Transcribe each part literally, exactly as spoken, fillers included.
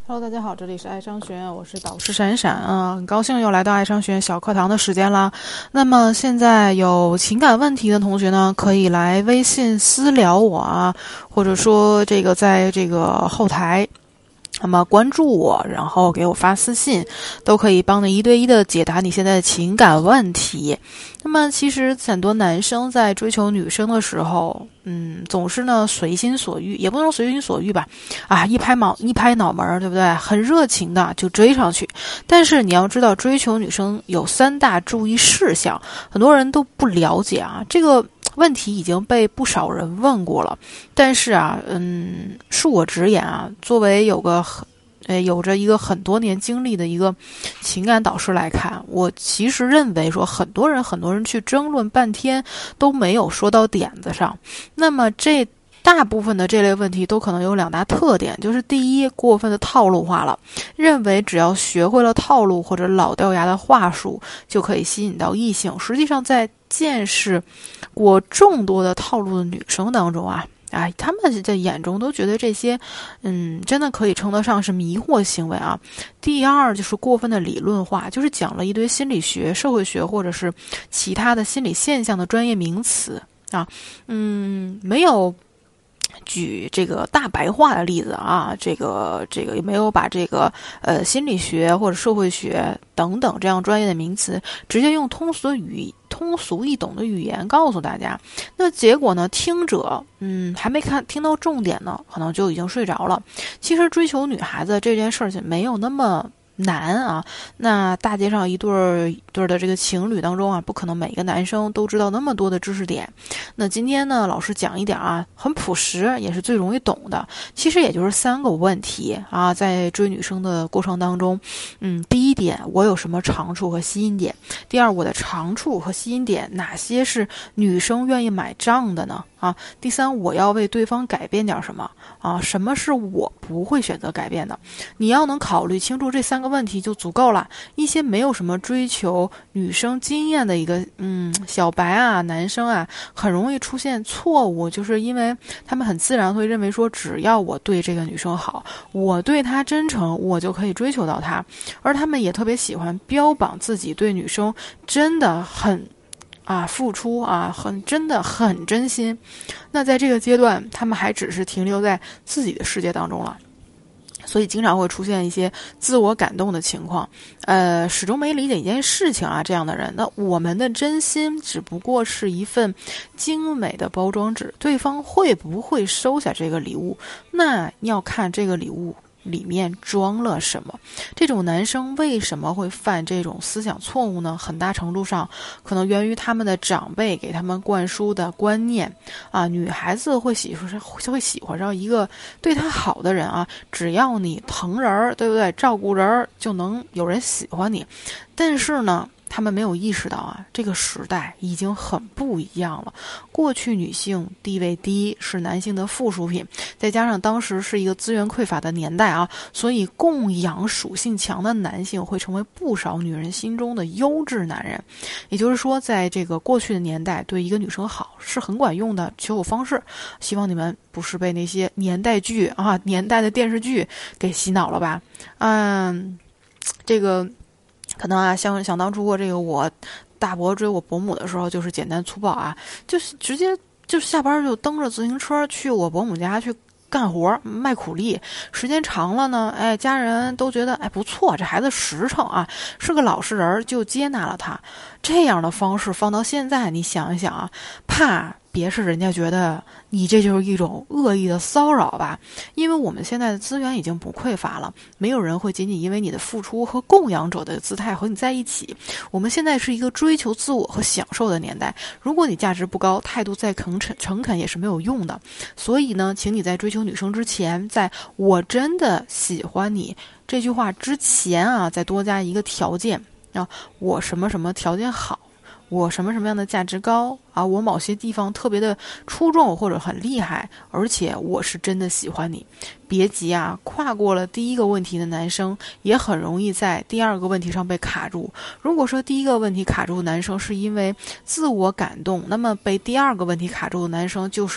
Hello， 大家好，这里是爱商学院，我是导师闪闪啊，很高兴又来到爱商学院小课堂的时间啦。那么现在有情感问题的同学呢，可以来微信私聊我啊，或者说这个在这个后台。那么关注我，然后给我发私信，都可以帮你一对一的解答你现在的情感问题。那么其实很多男生在追求女生的时候，嗯，总是呢随心所欲，也不能说随心所欲吧，啊，一拍脑一拍脑门，对不对？很热情的就追上去。但是你要知道，追求女生有三大注意事项，很多人都不了解啊。这个问题已经被不少人问过了，但是啊，嗯，恕我直言啊，作为有个呃有着一个很多年经历的一个情感导师来看，我其实认为说，很多人很多人去争论半天都没有说到点子上。那么这大部分的这类问题都可能有两大特点，就是第一，过分的套路化了，认为只要学会了套路或者老掉牙的话术就可以吸引到异性。实际上在见识过众多的套路的女生当中啊，哎，他们在眼中都觉得这些，嗯，真的可以称得上是迷惑行为啊。第二就是过分的理论化，就是讲了一堆心理学、社会学或者是其他的心理现象的专业名词啊，嗯，没有举这个大白话的例子啊，这个这个也没有把这个呃心理学或者社会学等等这样专业的名词直接用通俗的语通俗易懂的语言告诉大家。那结果呢，听者嗯还没看听到重点呢，可能就已经睡着了。其实追求女孩子这件事情没有那么难啊，那大街上一对儿一对儿的这个情侣当中啊，不可能每个男生都知道那么多的知识点。那今天呢，老师讲一点啊，很朴实，也是最容易懂的。其实也就是三个问题啊，在追女生的过程当中，嗯，第一点，我有什么长处和吸引点？第二，我的长处和吸引点哪些是女生愿意买账的呢？啊，第三，我要为对方改变点什么啊？什么是我不会选择改变的？你要能考虑清楚这三个问题就足够了。一些没有什么追求女生经验的一个嗯小白啊，男生啊，很容易出现错误，就是因为他们很自然会认为说，只要我对这个女生好，我对她真诚，我就可以追求到她。而他们也特别喜欢标榜自己对女生真的很啊，付出啊，很真的很真心。那在这个阶段，他们还只是停留在自己的世界当中了，所以经常会出现一些自我感动的情况。呃，始终没理解一件事情啊，这样的人，那我们的真心只不过是一份精美的包装纸，对方会不会收下这个礼物，那要看这个礼物里面装了什么。这种男生为什么会犯这种思想错误呢？很大程度上可能源于他们的长辈给他们灌输的观念啊，女孩子会喜欢上会喜欢上一个对她好的人啊，只要你疼人，对不对？照顾人就能有人喜欢你。但是呢，他们没有意识到啊，这个时代已经很不一样了。过去女性地位低，是男性的附属品，再加上当时是一个资源匮乏的年代啊，所以供养属性强的男性会成为不少女人心中的优质男人。也就是说，在这个过去的年代，对一个女生好是很管用的求偶方式。希望你们不是被那些年代剧啊、年代的电视剧给洗脑了吧？嗯，这个。可能啊，像想当初过这个我大伯追我伯母的时候，就是简单粗暴啊，就是直接就是下班就蹬着自行车去我伯母家去干活卖苦力。时间长了呢，哎，家人都觉得哎不错，这孩子实诚啊，是个老实人，就接纳了他。这样的方式放到现在，你想一想啊，怕别是人家觉得你这就是一种恶意的骚扰吧？因为我们现在的资源已经不匮乏了，没有人会仅仅因为你的付出和供养者的姿态和你在一起。我们现在是一个追求自我和享受的年代，如果你价值不高，态度再诚恳诚恳也是没有用的。所以呢，请你在追求女生之前，在我真的喜欢你这句话之前啊，再多加一个条件啊，我什么什么条件好，我什么什么样的价值高啊，我某些地方特别的出众或者很厉害，而且我是真的喜欢你。别急啊，跨过了第一个问题的男生也很容易在第二个问题上被卡住。如果说第一个问题卡住的男生是因为自我感动，那么被第二个问题卡住的男生就是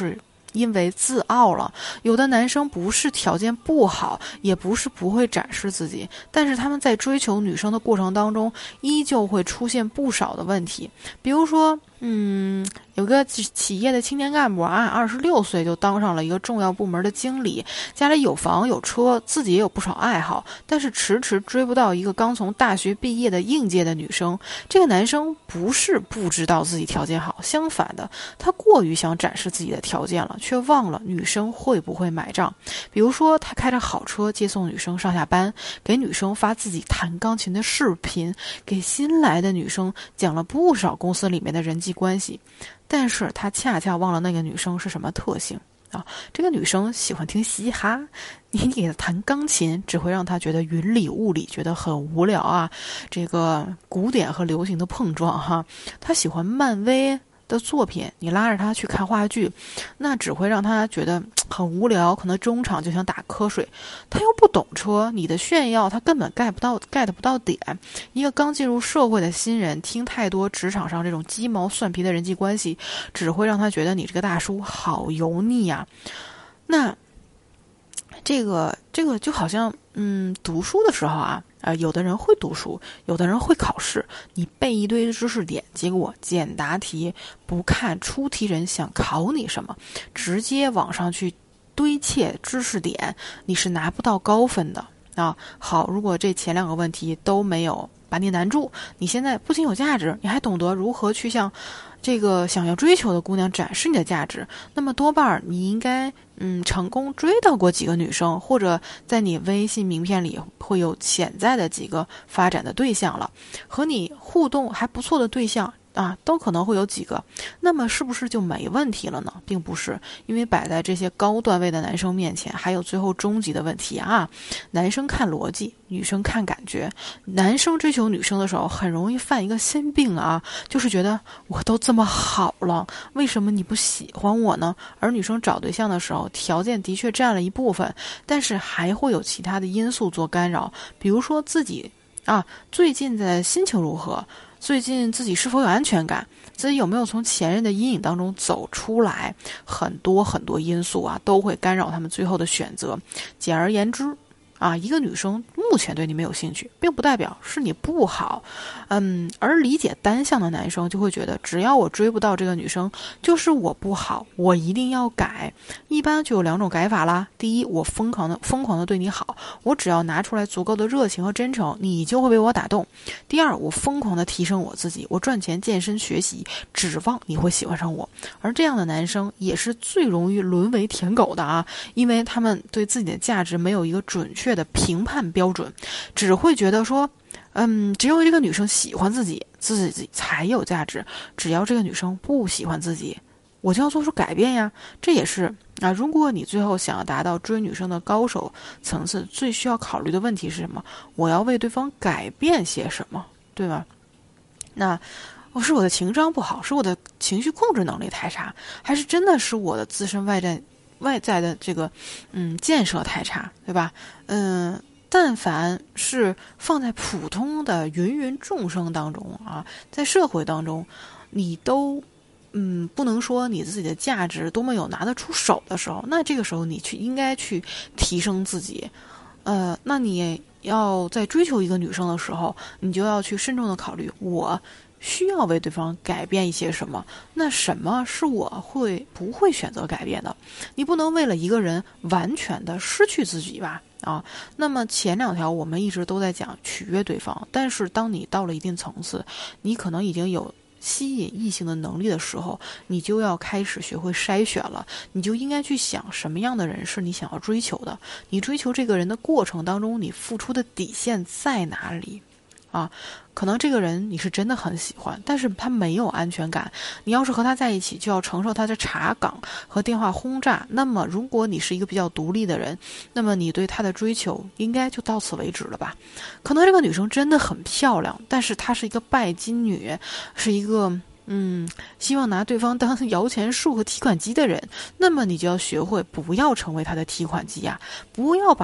因为自傲了。有的男生不是条件不好，也不是不会展示自己，但是他们在追求女生的过程当中，依旧会出现不少的问题。比如说，嗯，有个企业的青年干部啊，二十六岁就当上了一个重要部门的经理，家里有房有车，自己也有不少爱好，但是迟迟追不到一个刚从大学毕业的应届的女生。这个男生不是不知道自己条件好，相反的，他过于想展示自己的条件了，却忘了女生会不会买账。比如说，他开着好车接送女生上下班，给女生发自己弹钢琴的视频，给新来的女生讲了不少公司里面的人际关系，但是他恰恰忘了那个女生是什么特性啊？这个女生喜欢听嘻哈，你给她弹钢琴只会让她觉得云里雾里，觉得很无聊啊。这个古典和流行的碰撞哈，她喜欢漫威的作品，你拉着他去看话剧，那只会让他觉得很无聊，可能中场就想打瞌睡。他又不懂车，你的炫耀他根本 get 不到 get 不到点。一个刚进入社会的新人，听太多职场上这种鸡毛蒜皮的人际关系，只会让他觉得你这个大叔好油腻啊。那这个这个就好像嗯，读书的时候啊，呃，有的人会读书，有的人会考试，你背一堆知识点，结果简答题不看出题人想考你什么，直接往上去堆砌知识点，你是拿不到高分的啊。好，如果这前两个问题都没有把你难住，你现在不仅有价值，你还懂得如何去向这个想要追求的姑娘展示你的价值，那么多半你应该嗯成功追到过几个女生，或者在你微信名片里会有潜在的几个发展的对象了，和你互动还不错的对象啊，都可能会有几个，那么是不是就没问题了呢？并不是，因为摆在这些高段位的男生面前，还有最后终极的问题啊。男生看逻辑，女生看感觉。男生追求女生的时候，很容易犯一个心病啊，就是觉得我都这么好了，为什么你不喜欢我呢？而女生找对象的时候，条件的确占了一部分，但是还会有其他的因素做干扰，比如说自己啊，最近的心情如何？最近自己是否有安全感？自己有没有从前任的阴影当中走出来？很多很多因素啊，都会干扰他们最后的选择。简而言之啊，一个女生目前对你没有兴趣，并不代表是你不好。嗯，而理解单向的男生就会觉得，只要我追不到这个女生，就是我不好，我一定要改。一般就有两种改法啦。第一，我疯狂的疯狂的对你好，我只要拿出来足够的热情和真诚，你就会被我打动。第二，我疯狂的提升我自己，我赚钱健身学习，指望你会喜欢上我。而这样的男生也是最容易沦为舔狗的啊，因为他们对自己的价值没有一个准确的评判标准，只会觉得说嗯，只有这个女生喜欢自己，自己才有价值。只要这个女生不喜欢自己，我就要做出改变呀。这也是啊，如果你最后想要达到追女生的高手层次，最需要考虑的问题是什么？我要为对方改变些什么，对吧？那我是我的情商不好，是我的情绪控制能力太差，还是真的是我的自身外在外在的这个嗯建设太差，对吧？嗯。但凡是放在普通的芸芸众生当中啊，在社会当中，你都嗯不能说你自己的价值多么有拿得出手的时候，那这个时候你去应该去提升自己。呃，那你要在追求一个女生的时候，你就要去慎重的考虑，我需要为对方改变一些什么，那什么是我会不会选择改变的？你不能为了一个人完全的失去自己吧？啊，那么前两条我们一直都在讲取悦对方，但是当你到了一定层次，你可能已经有吸引异性的能力的时候，你就要开始学会筛选了。你就应该去想什么样的人是你想要追求的，你追求这个人的过程当中，你付出的底线在哪里？啊，可能这个人你是真的很喜欢，但是他没有安全感。你要是和他在一起，就要承受他的查岗和电话轰炸。那么，如果你是一个比较独立的人，那么你对他的追求应该就到此为止了吧？可能这个女生真的很漂亮，但是她是一个拜金女，是一个嗯，希望拿对方当摇钱树和提款机的人，那么你就要学会不要成为他的提款机呀、啊，不要把他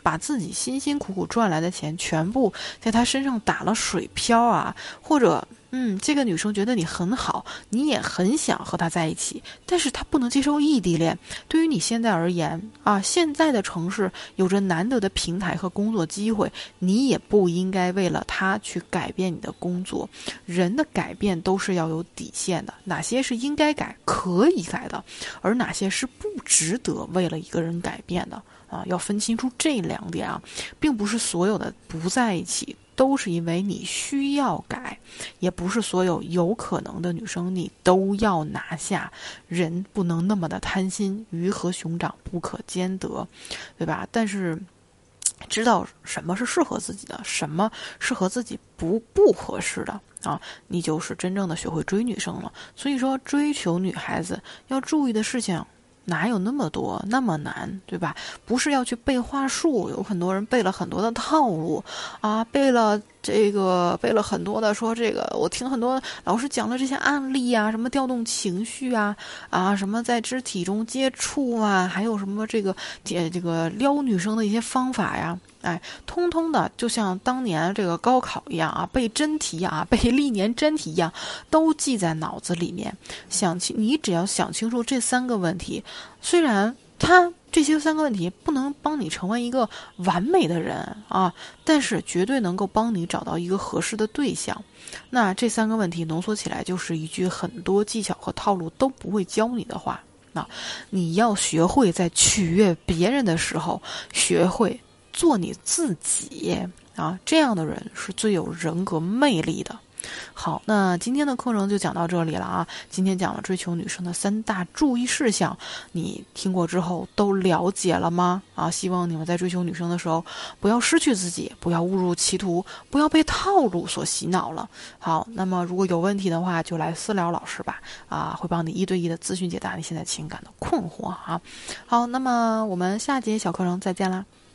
把自己辛辛苦苦赚来的钱全部在他身上打了水漂啊，或者嗯，这个女生觉得你很好，你也很想和她在一起，但是她不能接受异地恋。对于你现在而言啊，现在的城市有着难得的平台和工作机会，你也不应该为了她去改变你的工作。人的改变都是要有底线的，哪些是应该改、可以改的，而哪些是不值得为了一个人改变的啊，要分清楚这两点啊，并不是所有的不在一起都是因为你需要改，也不是所有有可能的女生你都要拿下。人不能那么的贪心，鱼和熊掌不可兼得，对吧？但是知道什么是适合自己的，什么是和自己不不合适的啊，你就是真正的学会追女生了。所以说追求女孩子要注意的事情哪有那么多那么难，对吧？不是要去背话术，有很多人背了很多的套路啊，背了这个背了很多的说这个，我听很多老师讲了这些案例啊，什么调动情绪啊啊，什么在肢体中接触啊，还有什么这个这这个撩女生的一些方法呀。哎，通通的就像当年这个高考一样啊，背真题啊，背历年真题一样，都记在脑子里面。想清，你只要想清楚这三个问题，虽然它这些三个问题不能帮你成为一个完美的人啊，但是绝对能够帮你找到一个合适的对象。那这三个问题浓缩起来，就是一句很多技巧和套路都不会教你的话。那你要学会在取悦别人的时候，学会做你自己啊，这样的人是最有人格魅力的。好，那今天的课程就讲到这里了啊。今天讲了追求女生的三大注意事项，你听过之后都了解了吗？啊，希望你们在追求女生的时候，不要失去自己，不要误入歧途，不要被套路所洗脑了。好，那么如果有问题的话，就来私聊老师吧，啊，会帮你一对一的咨询解答你现在情感的困惑啊。好，那么我们下节小课程再见啦。